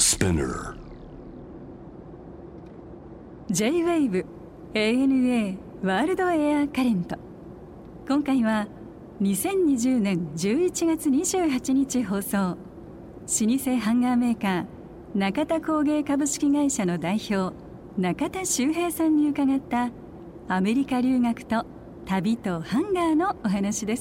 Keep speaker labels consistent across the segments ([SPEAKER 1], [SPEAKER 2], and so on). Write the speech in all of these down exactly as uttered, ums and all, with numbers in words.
[SPEAKER 1] Spinner
[SPEAKER 2] J-ウェーブ エーエヌエー ワールドエアカレント。今回はにせんにじゅうねんじゅういちがつにじゅうはちにち放送、老舗ハンガーメーカー中田工芸株式会社の代表中田修平さんに伺ったアメリカ留学と旅とハンガーのお話です。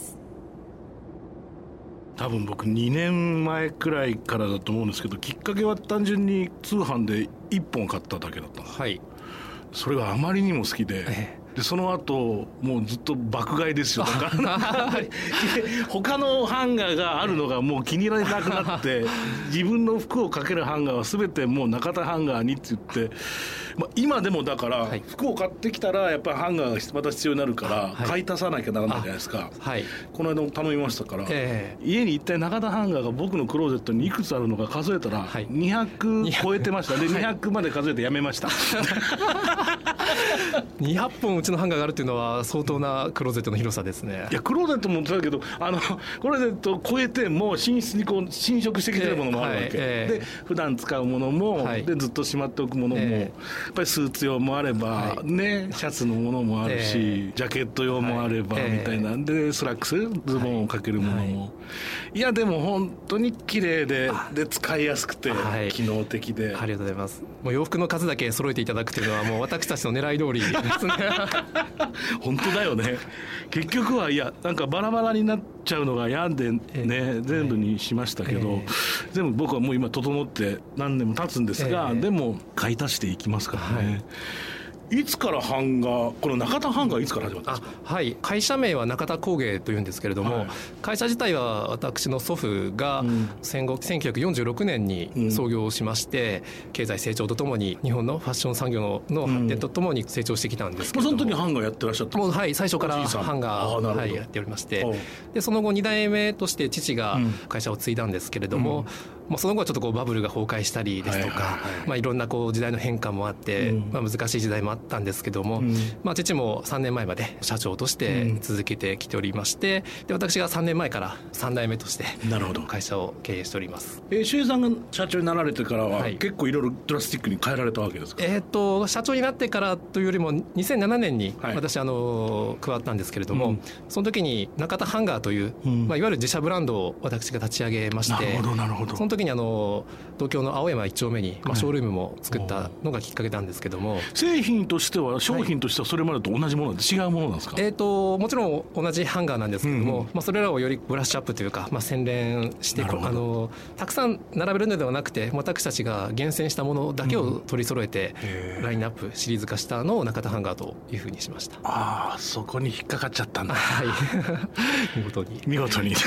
[SPEAKER 3] 多分僕にねんまえくらいからだと思うんですけど、きっかけは単純に通販でいっぽん買っただけだったんです。
[SPEAKER 4] はい。
[SPEAKER 3] それがあまりにも好きで、
[SPEAKER 4] え
[SPEAKER 3] でその後もうずっと爆買いですよ。だから他のハンガーがあるのがもう気に入らなくなって自分の服をかけるハンガーは全てもう中田ハンガーにって言って、まあ、今でもだから、はい、服を買ってきたらやっぱりハンガーがまた必要になるから、はい、買い足さなきゃならないじゃないですか、はい、この間も頼みましたから、えー、家に一体中田ハンガーが僕のクローゼットにいくつあるのか数えたら、はい、にひゃく超えてました。でにひゃくまで数えてやめました
[SPEAKER 4] にひゃっぽんうちのハンガーがあるっていうのは相当なクローゼットの広さですね。
[SPEAKER 3] いやクローゼットもそうだけど、あのクローゼットを超えてもう寝室にこう侵食してきてるものもあるわけ、えーはい、で普段使うものも、はい、でずっとしまっておくものも、えー、やっぱりスーツ用もあれば、はい、ねシャツのものもあるし、えー、ジャケット用もあれば、はい、みたいなんでスラックスズボンをかけるものも、はい、いやでも本当に綺麗でで使いやすくて、はい、機能的で、
[SPEAKER 4] ありがとうございます。もう洋服の数だけ揃えていただくというのはもう私たちの狙い通りですね
[SPEAKER 3] 本当だよね。結局はいやなんかバラバラになっちゃうのが病んでね、えー、全部にしましたけど、えー、全部僕はもう今整って何年も経つんですが、えー、でも買い足していきますからね、はい。いつからハンガー、この中田ハンガーいつから始まったんですか？
[SPEAKER 4] はい、会社名は中田工芸というんですけれども、はい、会社自体は私の祖父が戦後せんきゅうひゃくよんじゅうろくねんに創業しまして、うん、経済成長とともに日本のファッション産業の発展とともに成長してきたんですけれども、
[SPEAKER 3] うん、その時ハンガーやってらっしゃったんですか？
[SPEAKER 4] もうはい、最初からハンガー、はい、やっておりまして、でその後に代目として父が会社を継いだんですけれども、うんまあ、その後はちょっとこうバブルが崩壊したりですとか、はいはいはいまあ、いろんなこう時代の変化もあって、うんまあ、難しい時代もあったんですけども、うんまあ、父もさんねんまえまで社長として続けてきておりまして、で私がさんねんまえからさん代目として会社を経営しております。
[SPEAKER 3] えー、周平さんが社長になられてからは、はい、結構いろいろドラスティックに変えられたわけですか？
[SPEAKER 4] えー、と社長になってからというよりもにせんななねんに私、はい、あの加わったんですけれども、うん、その時に中田ハンガーという、うんまあ、いわゆる自社ブランドを私が立ち上げまして、
[SPEAKER 3] なるほどなるほど。その
[SPEAKER 4] 時にあの東京の青山いっ丁目に、まあ、ショールームも作ったのがきっかけなんですけども、はい、
[SPEAKER 3] 製品としては商品としてはそれまでと同じもので違うものなんですか？
[SPEAKER 4] えー、ともちろん同じハンガーなんですけども、うんまあ、それらをよりブラッシュアップというか、まあ、洗練してあのたくさん並べるのではなくて、私たちが厳選したものだけを取り揃えて、うん、ラインナップシリーズ化したのを中田ハンガーというふうにしました。
[SPEAKER 3] ああ、そこに引っかかっちゃったんだ。
[SPEAKER 4] はい見事に
[SPEAKER 3] 見事に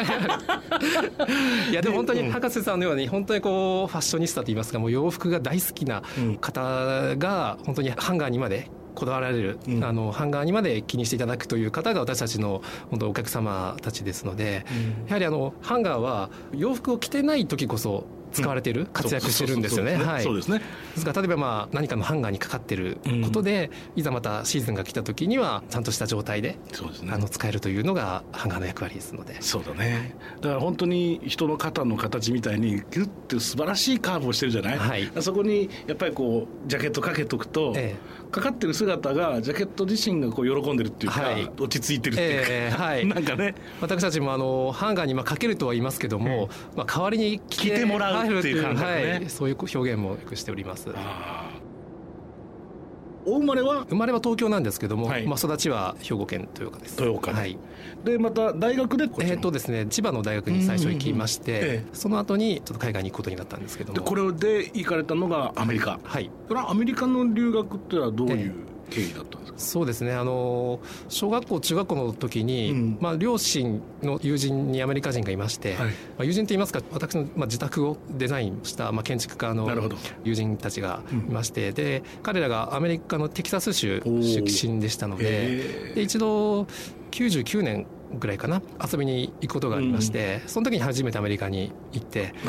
[SPEAKER 4] いやでも本当に博士さんのように本当にこうファッショニスタといいますか、もう洋服が大好きな方が本当にハンガーにまでこだわられる、うん、あのハンガーにまで気にしていただくという方が私たちの本当お客様たちですので、うん、やはりあのハンガーは洋服を着てない時こそ使われている、うん、活躍してるんですよね。
[SPEAKER 3] そうですね。
[SPEAKER 4] ですから例えばまあ何かのハンガーにかかってることで、うん、いざまたシーズンが来た時にはちゃんとした状態で、そうですね、あの使えるというのがハンガーの役割ですので。
[SPEAKER 3] そうだね。だから本当に人の肩の形みたいにギュッて素晴らしいカーブをしてるじゃない、はい、そこにやっぱりこうジャケットかけとくと、ええ、かかってる姿がジャケット自身がこう喜んでるっていうか、はい、落ち着いてるっていうか、えーはい、なんかね、
[SPEAKER 4] 私たちもあのハンガーにまあかけるとは言いますけども、うんまあ、代わりに
[SPEAKER 3] 着てもらうっていう感覚ね、
[SPEAKER 4] はい、そういう表現もよくしております。
[SPEAKER 3] あ、お生まれは
[SPEAKER 4] 生まれは東京なんですけども、はいまあ、育ちは兵庫県豊岡です。
[SPEAKER 3] 豊岡、
[SPEAKER 4] はい、
[SPEAKER 3] でまた大学でこっちの、
[SPEAKER 4] えーとですね、千葉の大学に最初行きまして、うんうんうんええ、その後にちょっと海外に行くことになったんですけども、
[SPEAKER 3] でこれで行かれたのがアメリカ。はい。それはアメリカの留学ってのはどういう、ええ経緯だったんですか？
[SPEAKER 4] そうですね、あの小学校中学校の時に、うんまあ、両親の友人にアメリカ人がいまして、はいまあ、友人といいますか私の、まあ、自宅をデザインした、まあ、建築家の友人たちがいまして、うん、で彼らがアメリカのテキサス州出身でしたの で, で一度きゅうじゅうきゅうねんぐらいかな遊びに行くことがありまして、うん、その時に初めてアメリカに行って、なるほど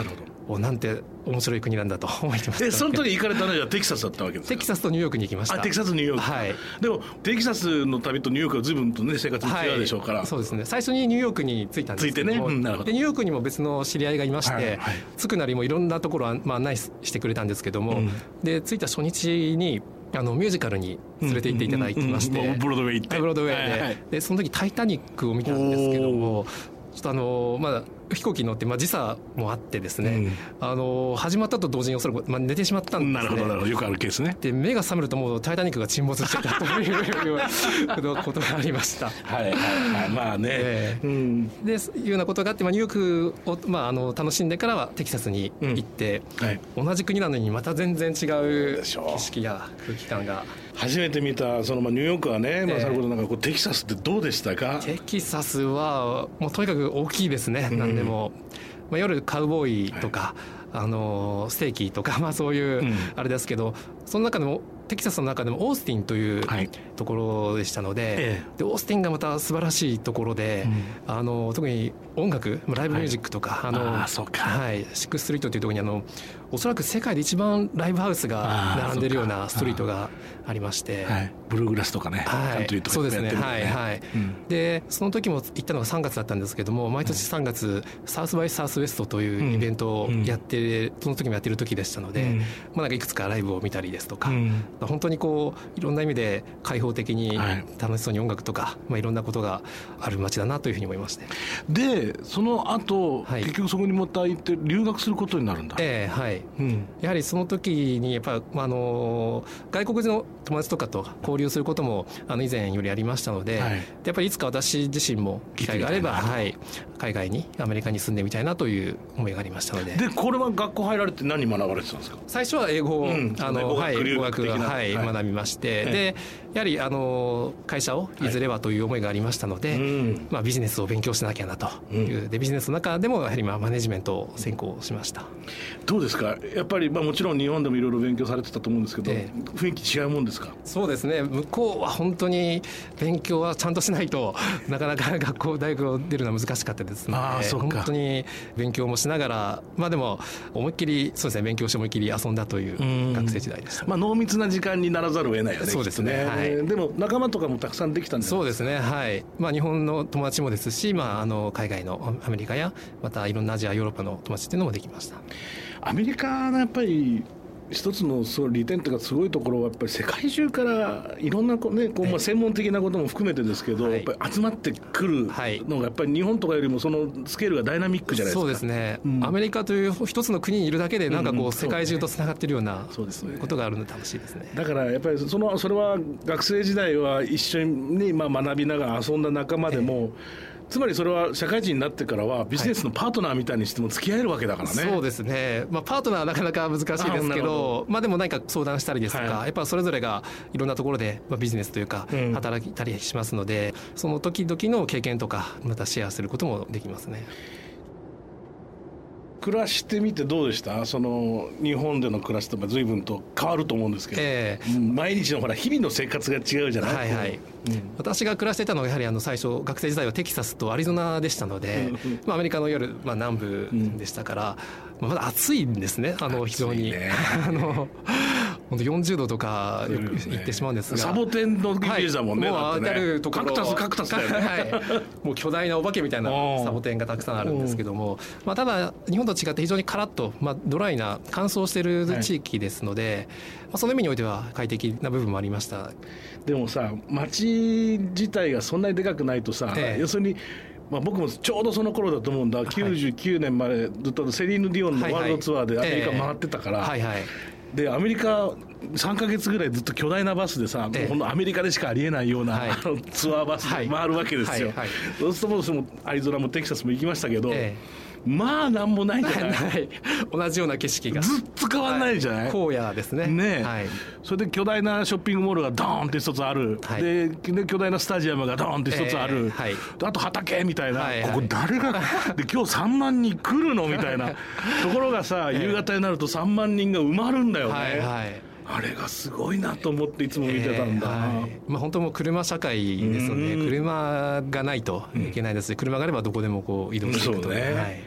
[SPEAKER 4] おなんて面白い国なんだと思ってました。
[SPEAKER 3] でその時行かれたのはテキサスだったわけですか？
[SPEAKER 4] テキサスとニューヨークに行きました。
[SPEAKER 3] あ、テキサスニューヨーク、はい、でもテキサスの旅とニューヨークは随分とね生活違うでしょうから、はい、
[SPEAKER 4] そうですね。最初にニューヨークに着いたんですけども、
[SPEAKER 3] 着いてね、うん、なるほど。
[SPEAKER 4] でニューヨークにも別の知り合いがいまして、はいはい、着くなりもいろんなところを、まあ、案内してくれたんですけども、うん、で着いた初日にあのミュージカルに連れて行っていただきまして、
[SPEAKER 3] うんうんうん、ブロードウェイ行って
[SPEAKER 4] ブロードウェイで、はいはい、でその時タイタニックを見たんですけども、ちょっとあのまあ飛行機に乗って、まあ、時差もあってですね、うん、あの始まったと同時におそらく、まあ、寝てしまったんですね。
[SPEAKER 3] なるほどなるほど、よくあるケースね。
[SPEAKER 4] で目が覚めるともうタイタニックが沈没してたということがありました
[SPEAKER 3] はいはいはい、まあね、えーうん、
[SPEAKER 4] でそういうようなことがあって、まあ、ニューヨークを、まあ、あの楽しんでからはテキサスに行って、うんはい、同じ国なのにまた全然違う景色や空気感が。
[SPEAKER 3] 初めて見たその、まあ、ニューヨークはね、まあ、さることなんかこうテキサスってどうでしたか？
[SPEAKER 4] テキサスはもうとにかく大きいですね、うん、何でも、まあ、夜カウボーイとか、はい、あのステーキとか、まあ、そういうあれですけど、うん、その中でもテキサスの中でもオースティンというところでしたので、はいええ、でオースティンがまた素晴らしいところで、うん、あの特に音楽ライブミュージックとか、はい、あの
[SPEAKER 3] あそうか、
[SPEAKER 4] はい、シックスストリートというところにあのおそらく世界で一番ライブハウスが並んでいるようなストリートがありまして、
[SPEAKER 3] はい、ブルーグラスとかね、
[SPEAKER 4] はい、
[SPEAKER 3] カントリーとかやってるんで、ね、
[SPEAKER 4] そうですね、はいはい、うん、でその時も行ったのがさんがつだったんですけども、毎年さんがつ、うん、サウスバイサウスウエストというイベントをやって、うん、その時もやってる時でしたので、うん、まあ、なんかいくつかライブを見たりですとか、うん、本当にこういろんな意味で開放的に楽しそうに音楽とか、まあ、いろんなことがある街だなというふうに思いまして、
[SPEAKER 3] でその後、はい、結局そこにまた行って留学することになるんだ。
[SPEAKER 4] えーはい、うん、やはりその時にやっぱ、あの外国人の友達とかと交流することもあの以前よりありましたので、はい、やっぱりいつか私自身も機会があれば、はい、海外にアメリカに住んでみたいなという思いがありましたので。
[SPEAKER 3] でこれは学校入られて何学ばれてたんですか？
[SPEAKER 4] 最初は英語を、うん、あの、はい、語学が、はいはい、学びまして、でやはりあの会社をいずれはという思いがありましたので、はい、まあ、ビジネスを勉強しなきゃなという、うん、でビジネスの中でもやはりまあマネジメントを専攻しました。
[SPEAKER 3] どうですか、やっぱり、まあ、もちろん日本でもいろいろ勉強されてたと思うんですけど、えー、雰囲気違うもんですか？
[SPEAKER 4] そうですね、向こうは本当に勉強はちゃんとしないとなかなか学校大学を出るのは難しかったですので、
[SPEAKER 3] あ、そうか、
[SPEAKER 4] 本当に勉強もしながら、まあ、でも思いっきりそうですね、勉強して思いっきり遊んだという学生時代でした、ね。
[SPEAKER 3] まあ、濃密な時間にならざるを得ないよね。
[SPEAKER 4] そうですね、はい、
[SPEAKER 3] でも仲間とかもたくさんできたんですか？
[SPEAKER 4] そうですね、はい、まあ、日本の友達もですし、まあ、あの海外のアメリカやまたいろんなアジアヨーロッパの友達っていうのもできました。
[SPEAKER 3] アメリカのやっぱり一つのその利点というかすごいところはやっぱり世界中からいろんなこう、ね、こうまあ専門的なことも含めてですけど、はい、やっぱり集まってくるのがやっぱり日本とかよりもそのスケールがダイナミックじゃないですか。
[SPEAKER 4] そうですね、うん、アメリカという一つの国にいるだけでなんかこう世界中とつながっているようなことがあるので楽しいですね。
[SPEAKER 3] だからやっぱりそのそれは学生時代は一緒にまあ学びながら遊んだ仲間でも、えーつまりそれは社会人になってからはビジネスのパートナーみたいにしても付き合えるわけだからね、はい、
[SPEAKER 4] そうですね、まあ、パートナーはなかなか難しいですけど、どまあ、でも何か相談したりですとか、はい、やっぱそれぞれがいろんなところでビジネスというか働いたりしますので、うん、その時々の経験とかまたシェアすることもできますね。
[SPEAKER 3] 暮らしてみてどうでした？その日本での暮らしとか随分と変わると思うんですけど、えー、毎日のほら日々の生活が違うじゃない。
[SPEAKER 4] はいはい、うん、私が暮らしていたのはやはりあの最初学生時代はテキサスとアリゾナでしたので、まあ、アメリカの夜、まあ、南部でしたから、うん、まあ、まだ暑いんですね、あの非常に、ね、あの本当よんじゅうどとか行ってしまうんですが、
[SPEAKER 3] サボテンのイメージだもんね、
[SPEAKER 4] はい、もう当たるところ
[SPEAKER 3] カクタスカクタスだよね、
[SPEAKER 4] はい、もう巨大なお化けみたいなサボテンがたくさんあるんですけども、まあ、ただ日本と違って非常にカラッと、まあ、ドライな乾燥している地域ですので、はい、まあ、その意味においては快適な部分もありました。
[SPEAKER 3] でもさ、街自体がそんなにでかくないとさ、ええ、要するにまあ、僕もちょうどその頃だと思うんだ、はい、きゅうじゅうきゅうねんまでずっとセリーヌ・ディオンのワールドツアーでアメリカ回ってたから、はいはい、でアメリカさんかげつぐらいずっと巨大なバスでさ、ええ、ほんのアメリカでしかありえないような、はい、あのツアーバスで回るわけですよ、はいはいはい、そうするともアリゾナもテキサスも行きましたけど、ええ、まあなんもないんじゃない、ない、
[SPEAKER 4] 同じような景色が
[SPEAKER 3] ずっと変わんないじゃない、
[SPEAKER 4] はい、荒野ですね。
[SPEAKER 3] ねえ、
[SPEAKER 4] はい、
[SPEAKER 3] それで巨大なショッピングモールがドーンって一つある、はい、で, で巨大なスタジアムがドーンって一つある、えーはい、あと畑みたいな、はいはい、ここ誰がで今日さんまんにん来るのみたいなところがさ、夕方になるとさんまんにんが埋まるんだよね、はいはい、あれがすごいなと思っていつも見てたんだ、えーはい、
[SPEAKER 4] まあ、本当もう車社会ですので、車がないといけないですし、車があればどこでもこう移動すると、
[SPEAKER 3] そうね、はい、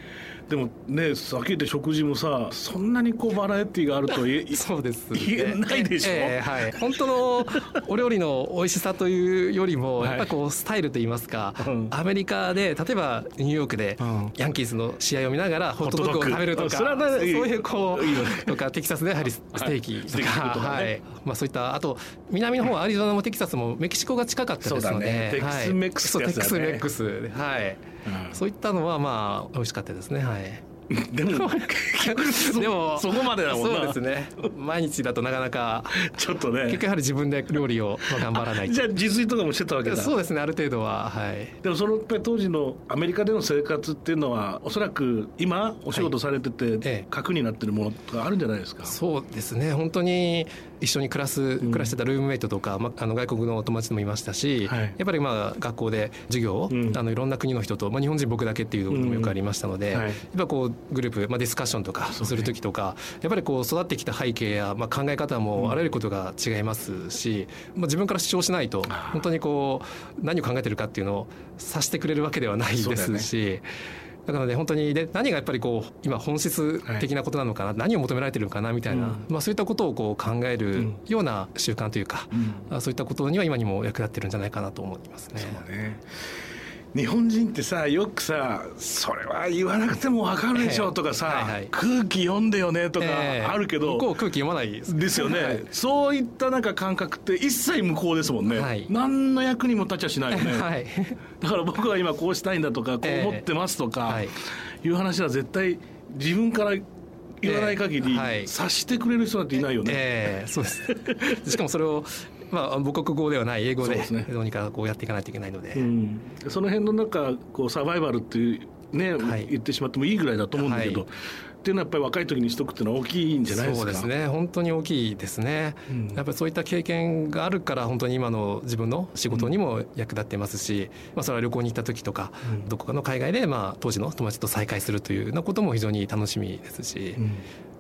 [SPEAKER 3] でもね、さっき言って食事もさ、そんなにこうバラエティがあると言え
[SPEAKER 4] そうです、ね、
[SPEAKER 3] 言えないでしょ、
[SPEAKER 4] えーはい、本当のお料理の美味しさというよりもやっぱこうスタイルといいますか、はい、アメリカで例えばニューヨークでヤンキースの試合を見ながらホットドッグを食べるとか、それはそういうこういいとか、テキサスでやはりステーキとか、はいはい、まあ、そういったあと南の方はアリゾナもテキサスもメキシコが近かったですので、ね、
[SPEAKER 3] テックスメックスってやつだね、
[SPEAKER 4] テックスメックス、はい、うん、そういったのはまあ美味しかったですね。はい。
[SPEAKER 3] でも
[SPEAKER 4] でも
[SPEAKER 3] そこまでだもんな。
[SPEAKER 4] そうですね、毎日だとなかなか
[SPEAKER 3] ちょっとね、
[SPEAKER 4] 結局やはり自分で料理を頑張らないと。
[SPEAKER 3] じゃあ自炊とかもしてたわけだ。
[SPEAKER 4] そうですね、ある程度は。はい。
[SPEAKER 3] でもそのやっぱり当時のアメリカでの生活っていうのはおそらく今お仕事されてて核になってるものとかあるんじゃないですか。
[SPEAKER 4] そうですね、本当に一緒に暮らす暮らしてたルームメイトとか、まあ、あの外国のお友達もいましたし、はい、やっぱりまあ学校で授業を、うん、あのいろんな国の人と、まあ、日本人僕だけっていうこともよくありましたので、うん、はい、やっぱこうグループ、まあ、ディスカッションとかする時とか、ね、やっぱりこう育ってきた背景や、まあ、考え方もあらゆることが違いますし、まあ、自分から主張しないと本当にこう何を考えてるかっていうのを察してくれるわけではないですし、だからね、本当にで何がやっぱりこう今本質的なことなのかな、はい、何を求められてるのかなみたいな、うん、まあ、そういったことをこう考えるような習慣というか、うん、そういったことには今にも役立ってるんじゃないかなと思いますね。
[SPEAKER 3] そうね、日本人ってさ、よくさ、それは言わなくても分かるでしょとかさ、はいはい、空気読んでよねとかあるけど、
[SPEAKER 4] えー、向こう空気読まないですね。
[SPEAKER 3] ですよね、はい、そういったなんか感覚って一切無効ですもんね、はい、何の役にも立ちゃしないよね、はい、だから僕は今こうしたいんだとかこう思ってますとか、えー、いう話は絶対自分から言わない限り、えーはい、察してくれる人なんていないよね、
[SPEAKER 4] えー、そうですしかもそれをまあ、母国語ではない英語でどうにかこうやっていかないといけないので、うん、
[SPEAKER 3] その辺の中こうサバイバルっていうね、はい、言ってしまってもいいぐらいだと思うんだけど、はい、っていうのはやっぱり若い時にしとくっていうのは大きいんじゃないですか。
[SPEAKER 4] そうですね、本当に大きいですね、うん、やっぱりそういった経験があるから本当に今の自分の仕事にも役立ってますし、うん、まあ、それは旅行に行った時とか、うん、どこかの海外でまあ当時の友達と再会するというようなことも非常に楽しみですし、うん、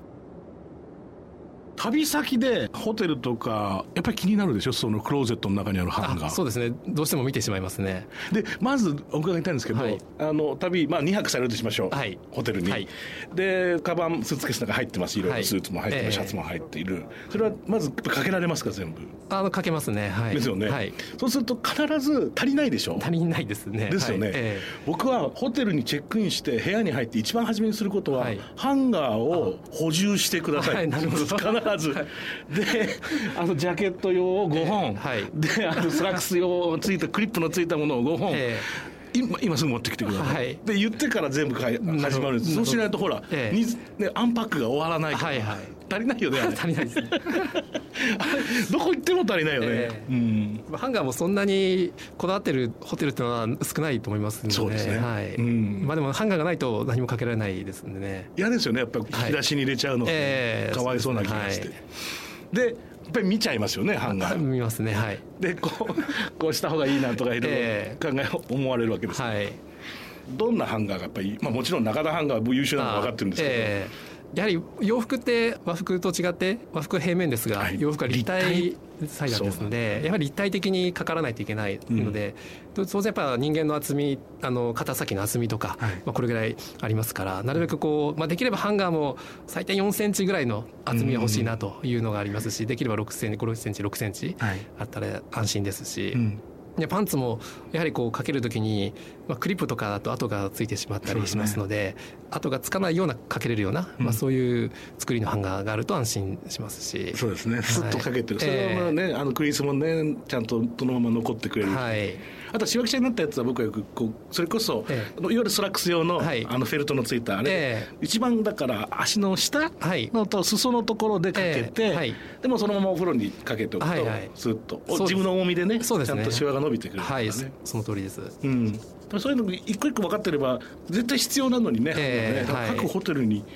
[SPEAKER 3] 旅先でホテルとかやっぱり気になるでしょ、そのクローゼットの中にあるハンガー。
[SPEAKER 4] そうですね、どうしても見てしまいますね。
[SPEAKER 3] でまずお伺いたいんですけど、はい、あの旅、まあ、にはくされるとしましょう、はい、ホテルに、はい、でカバンスーツケースの中入ってます、いろいろスーツも入ってる、はい、シャツも入っている、それはまずかけられますか、全部。
[SPEAKER 4] あのかけますね、はい、
[SPEAKER 3] ですよね、はい、そうすると必ず足りないでしょ。
[SPEAKER 4] 足りないですね。
[SPEAKER 3] ですよね、はい、えー、僕はホテルにチェックインして部屋に入って一番初めにすることは、はい、ハンガーを補充してください、はい、なるほど必ず、はい、であのジャケット用をごほん、えーはい、であのスラックス用ついたクリップのついたものをごほん、えー今, 今すぐ持ってきてください、はい、で言ってから全部始まるんです。そうしないとほら、ええ、ね、アンパックが終わらないから、はいはい、足りないよね、あれ
[SPEAKER 4] 足りないですね
[SPEAKER 3] どこ行っても足りないよね、えー
[SPEAKER 4] うん、ハンガーもそんなにこだわってるホテルっていうのは少ないと思いますので、
[SPEAKER 3] そうですね、
[SPEAKER 4] はい、うん、まあ、でもハンガーがないと何もかけられないですんでね。
[SPEAKER 3] 嫌ですよね、やっぱり引き出しに入れちゃうの、はい、えー、かわいそうな気がして、で、はい、やっぱり見ちゃいますよね、ハンガー。
[SPEAKER 4] 見ますね、はい。
[SPEAKER 3] でこうこうした方がいいなとかいろいろ考え思われるわけです、はい。どんなハンガーがやっぱり、まあ、もちろん中田ハンガーは優秀なのは分かってるんですけど、え
[SPEAKER 4] ー、やはり洋服って和服と違って和服は平面ですが、はい、洋服は立体裁断ですので、やはり立体的にかからないといけないので、うん、当然やっぱ人間の厚み、あの肩先の厚みとか、はい、まあ、これぐらいありますから、なるべくこう、まあ、できればハンガーも最低よんセンチぐらいの厚みが欲しいなというのがありますし、できればろくセンチ、ごセンチ、ろくセンチあったら安心ですし、うん、でパンツもやはりこうかけるときに、まあ、クリップとかだと跡がついてしまったりしますので、ね、跡がつかないようなかけれるような、うん、まあ、そういう作りのハンガーがあると安心しますし。
[SPEAKER 3] そうですね、スッとかけてる、はい、それはまあね、えー、あのクリスもねちゃんとそのまま残ってくれる、はい、あとしわくちゃになったやつは僕はよくこうそれこそ、えー、いわゆるスラックス用 の,、はい、あのフェルトのついたあれ、えー、一番だから足の下のと裾のところでかけて、えーはい、でもそのままお風呂にかけておくと、はいはい、スッと自分の重みで ね, そうですね、ちゃんとシワが伸びてくるからね、はい、
[SPEAKER 4] その通りです、
[SPEAKER 3] うん、そういうの一個一個分かってれば絶対必要なのにね、えー、各ホテルに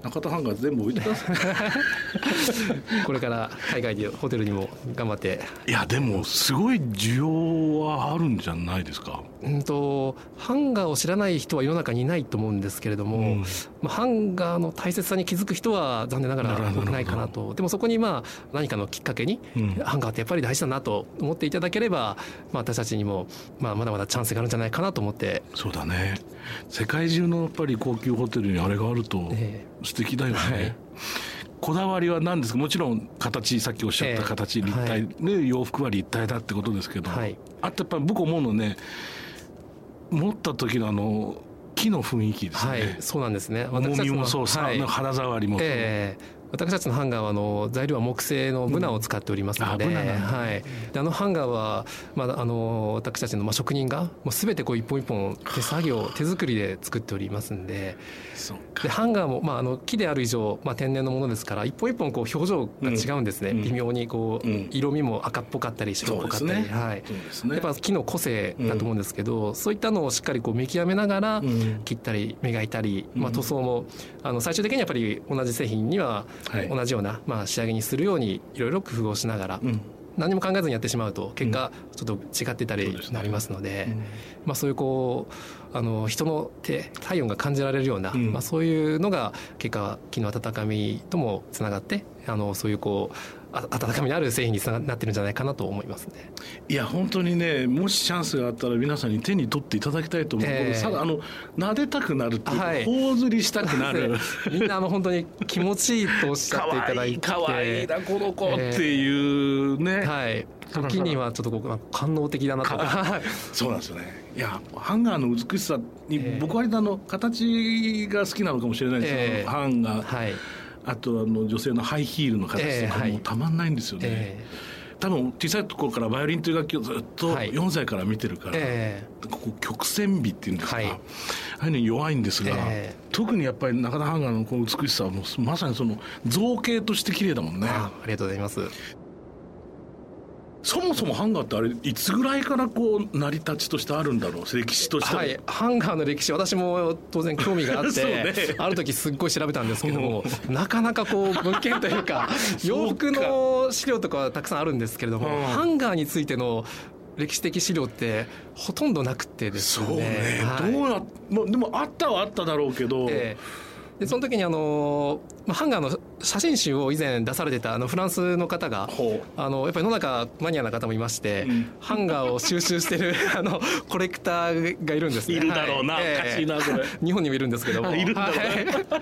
[SPEAKER 3] 中田ハンガー全部置いてください
[SPEAKER 4] これから海外でホテルにも頑張って。
[SPEAKER 3] いやでもすごい需要はあるんじゃないですか。
[SPEAKER 4] うんとハンガーを知らない人は世の中にいないと思うんですけれども、うん、まあ、ハンガーの大切さに気づく人は残念ながら多くないかなと。でもそこにまあ何かのきっかけに、うん、ハンガーってやっぱり大事だなと思っていただければ、まあ、私たちにもまあまだまだチャンスがあるんじゃないかなと思って。
[SPEAKER 3] そうだね、世界中のやっぱり高級ホテルにあれがあると素敵だよね、えーはい、こだわりは何ですか。もちろん形、さっきおっしゃった形、えー、立体、はい、ね、洋服は立体だってことですけど、はい、あとやっぱり僕思うのね、持った時のあの木の雰囲気ですね。はい、
[SPEAKER 4] そうなんですね。
[SPEAKER 3] 重みもそう、はい、肌触りもそう、
[SPEAKER 4] えー私たちのハンガーはあの材料は木製のブナを使っておりますので、うん、あ、はい、であのハンガーは、まあ、あの私たちのまあ職人がもう全てこう一本一本手作業手作りで作っておりますんで、でハンガーも、まあ、あの木である以上、まあ、天然のものですから一本一本こう表情が違うんですね、うん、微妙にこう、うん、色味も赤っぽかったり白っぽかったり、ね、はい、やっぱ木の個性だと思うんですけど、うん、そういったのをしっかりこう見極めながら切ったり磨いたり、まあ、塗装もあの最終的にやっぱり同じ製品には同じような、まあ、仕上げにするようにいろいろ工夫をしながら、うん、何も考えずにやってしまうと結果ちょっと違ってたりなりますので、うん、まあ、そういうこうあの人の手体温が感じられるような、うん、まあ、そういうのが結果木の温かみともつながってあのそういうこう温かみのある製品につながってるんじゃないかなと思いますね。
[SPEAKER 3] いや本当にね、もしチャンスがあったら皆さんに手に取っていただきたいと思う、えー、ただあの撫でたくなるっていうか、はい、頬ずりしたくなる
[SPEAKER 4] みんなあの本当に気持ちいいとおっしゃっていただいて
[SPEAKER 3] かわいいなこの子っていうね、
[SPEAKER 4] えー、はい、時にはちょっとこう官能的だなとか
[SPEAKER 3] そうなんですよね。いやハンガーの美しさに、えー、僕割とあの形が好きなのかもしれないですけど、えー、ハンガー、はい、あとあの女性のハイヒールの形とかもたまんないんですよね、えー、多分小さいところからバイオリンという楽器をずっとよんさいから見てるから、はい、えー、ここ曲線美っていうんですか、はい、ああいうのに弱いんですが、えー、特にやっぱり中田ハンガーのこの美しさはもうまさにその造形として綺麗だもんね。
[SPEAKER 4] あ, ありがとうございます。
[SPEAKER 3] そもそもハンガーってあれいつぐらいからこう成り立ちとしてあるんだろう、歴史としては。
[SPEAKER 4] はい、ハンガーの歴史私も当然興味があって、ね、ある時すっごい調べたんですけどもなかなかこう文献というか洋服の資料とかはたくさんあるんですけれども、ハンガーについての歴史的資料ってほとんどなくてですね。
[SPEAKER 3] そうね、はい、どうや、まあ、でもあったはあっただろうけど、えー
[SPEAKER 4] でその時にあのハンガーの写真集を以前出されてたあのフランスの方があのやっぱり世の中マニアな方もいまして、うん、ハンガーを収集してるあのコレクターがいるんですね。
[SPEAKER 3] いるだろうな、はい、おかしいなそれ、
[SPEAKER 4] 日本にもいるんですけども、
[SPEAKER 3] いるんだろう、
[SPEAKER 4] はい、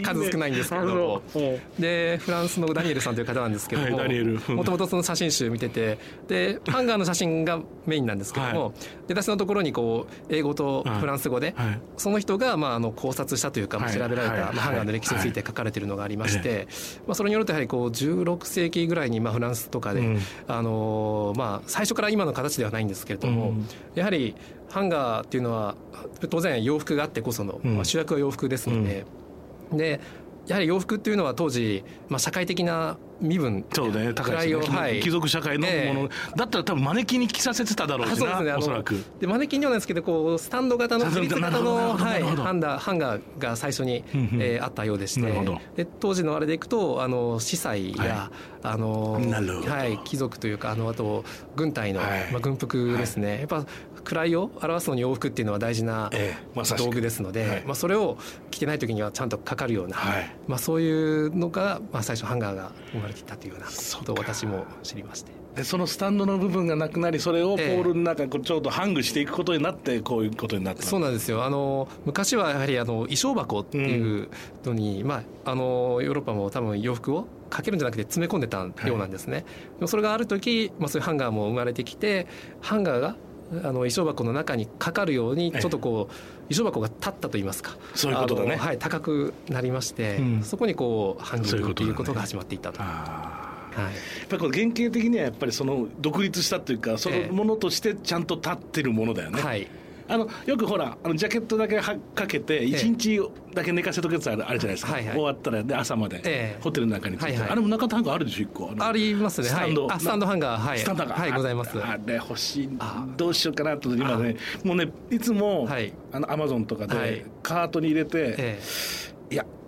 [SPEAKER 4] 数少ないんですけども、でフランスのダニエルさんという方なんですけども、はい、もともとその写真集見てて、でハンガーの写真がメインなんですけども、はい、で私のところにこう英語とフランス語で、はい、その人がまああの考察したというか、はい、調べられた、はいまあ、ハンガーの歴史について書かれているのがありまして、はいまあ、それによるとやはりこうじゅうろくせいきぐらいにまあフランスとかで、うんあのーまあ、最初から今の形ではないんですけれども、うん、やはりハンガーっていうのは当然洋服があってこその、まあ、主役は洋服ですので、うん、でやはり洋服っていうのは当時、まあ、社会的な身分
[SPEAKER 3] そうね高いですね、はい、貴族社会のもの、えー、だったら多分マネキンに着させてただろうしな。そうですね、おそらく
[SPEAKER 4] でマネキンではないですけどこうスタンド型の自立型の、はい、ハンダーハンガーが最初に、うんうんえー、あったようでして、で当時のあれでいくとあの司祭や、はい、あのはい、貴族というかあのあと軍隊の、はいまあ、軍服ですね、はい、やっぱ位を表すのに洋服っていうのは大事な道具ですので、えーまはいまあ、それを着てない時にはちゃんとかかるような、はいまあ、そういうのが、まあ、最初ハンガーが生まれていたというようなことを私も知りまして、
[SPEAKER 3] でそのスタンドの部分がなくなりそれをポールの中にちょうどハングしていくことになってこういうことになった、
[SPEAKER 4] えー、そうなんですよ。あの昔はやはりあの衣装箱っていうのに、うんまあ、あのヨーロッパも多分洋服をかけるんじゃなくて詰め込んでたようなんですね、はい、でもそれがある時、まあ、そういうハンガーも生まれてきてハンガーがあの衣装箱の中にかかるようにちょっとこう衣装箱が立ったといいますか、
[SPEAKER 3] そういうことだね、
[SPEAKER 4] はい、高くなりまして、うん、そこにこうハンギングということが始まっていったと。はい、
[SPEAKER 3] やっぱりこの原型的にはやっぱりその独立したというかそのものとしてちゃんと立ってるものだよね、えーはい、あのよくほらあのジャケットだけはかけていちにちだけ寝かせとくやつある、あるじゃないですか、はいはい、終わったらで朝まで、えー、ホテルの中について、はいはい、あれも中田ハンガーあるでしょいっこ あ,
[SPEAKER 4] ありますね。
[SPEAKER 3] スタンド、
[SPEAKER 4] はい、あスタンドハンガー、はい、
[SPEAKER 3] スタンドハンガー、
[SPEAKER 4] はい、ございます。
[SPEAKER 3] あれ欲しいどうしようかなと今ねもうねいつも、はい、あのアマゾンとかでカートに入れて、えー、いや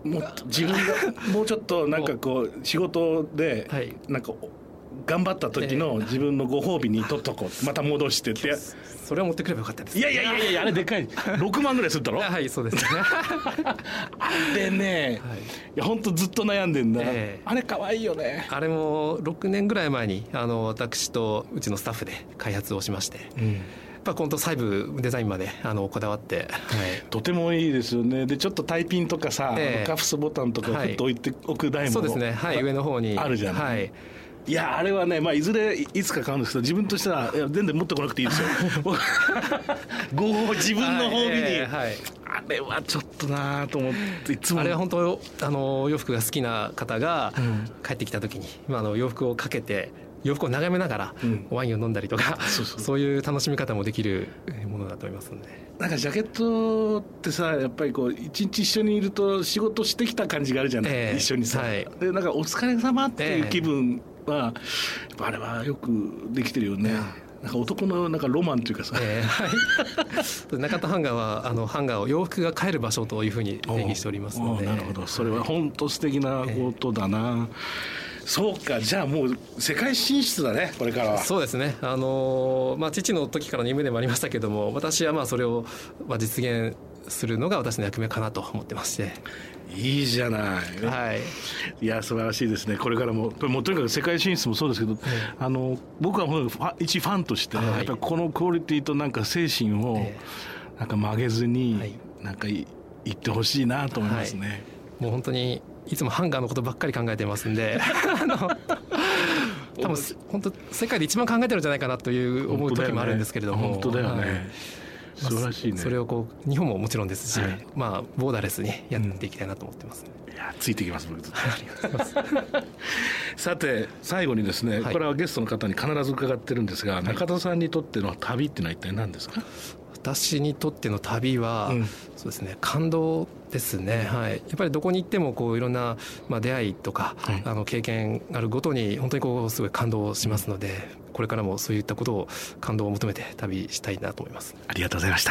[SPEAKER 3] もっと自分がもうちょっとなんかこう仕事でなんか頑張った時の自分のご褒美に取っとこう、また戻してって。
[SPEAKER 4] それを持ってくればよかったです。
[SPEAKER 3] いやいやいやいや、あれでかいろくまんぐらいするだろ。
[SPEAKER 4] はい、そうですね
[SPEAKER 3] あれね、はい、いや本当ずっと悩んでんだ、えー、あれ可愛いよね。
[SPEAKER 4] あれもろくねんぐらい前にあの私とうちのスタッフで開発をしまして、うん、やっぱ本当細部デザインまであのこだわって、はい、
[SPEAKER 3] とてもいいですよね。でちょっとタイピンとかさ、えー、カフスボタンとかふっと置いておく台も、
[SPEAKER 4] そうですね、はい、上の方に
[SPEAKER 3] あるじゃない、はい、いやあれはね、まあ、いずれいつか買うんですけど、自分としてはいや全然持ってこなくていいですよご自分の褒美に、はいえーはい、あれはちょっとなと思っていつも。
[SPEAKER 4] あれは本当あの洋服が好きな方が帰ってきた時に、うん、あの洋服をかけて洋服を眺めながらワインを飲んだりとか、うん、そうそう、そういう楽しみ方もできるものだと思いますので。
[SPEAKER 3] なんかジャケットってさ、やっぱりこう一日一緒にいると仕事してきた感じがあるじゃない、えー、一緒にさ、はい、でなんかお疲れ様っていう気分は、えー、やっぱあれはよくできてるよね、なんか男のなんかロマンというかさ、えー
[SPEAKER 4] はい、中田ハンガーはあのハンガーを洋服が帰る場所というふうに定義しておりますので。
[SPEAKER 3] なるほど、それは本当素敵なことだな、えーそうか、じゃあもう世界進出だね、これからは。
[SPEAKER 4] そうですね、あの、まあ、父の時からの夢でもありましたけども、私はまあそれをまあ実現するのが私の役目かなと思ってまして。
[SPEAKER 3] いいじゃない、
[SPEAKER 4] はい、
[SPEAKER 3] いや素晴らしいですね。これからももうとにかく世界進出もそうですけど、えー、あの僕はファ一ファンとして、はい、やっぱりこのクオリティとなんか精神をなんか曲げずに、はい、なんかい言ってほしいなと思いますね、はい、
[SPEAKER 4] もう本当にいつもハンガーのことばっかり考えてますんであの多分本当世界で一番考えてるんじゃないかなという思う時もあるんですけれども。
[SPEAKER 3] 本当だよね、はい、
[SPEAKER 4] 素晴らしいね。それをこう日本ももちろんですし、はい、まあボーダーレスにやっていきたいなと思ってます、
[SPEAKER 3] うん、いやついていきます僕ずっとありがとうございますさて最後にですね、はい、これはゲストの方に必ず伺ってるんですが、はい、中田さんにとっての旅っていうのは一体何ですか？
[SPEAKER 4] 私にとっての旅は、うん、そうですね、感動ですね、はい、やっぱりどこに行ってもこういろんな、まあ、出会いとか、はい、あの経験あるごとに本当にこうすごい感動しますので、これからもそういったことを感動を求めて旅したいなと思います。
[SPEAKER 3] ありがとうございました。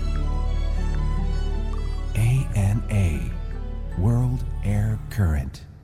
[SPEAKER 1] エーエヌエー World Air Current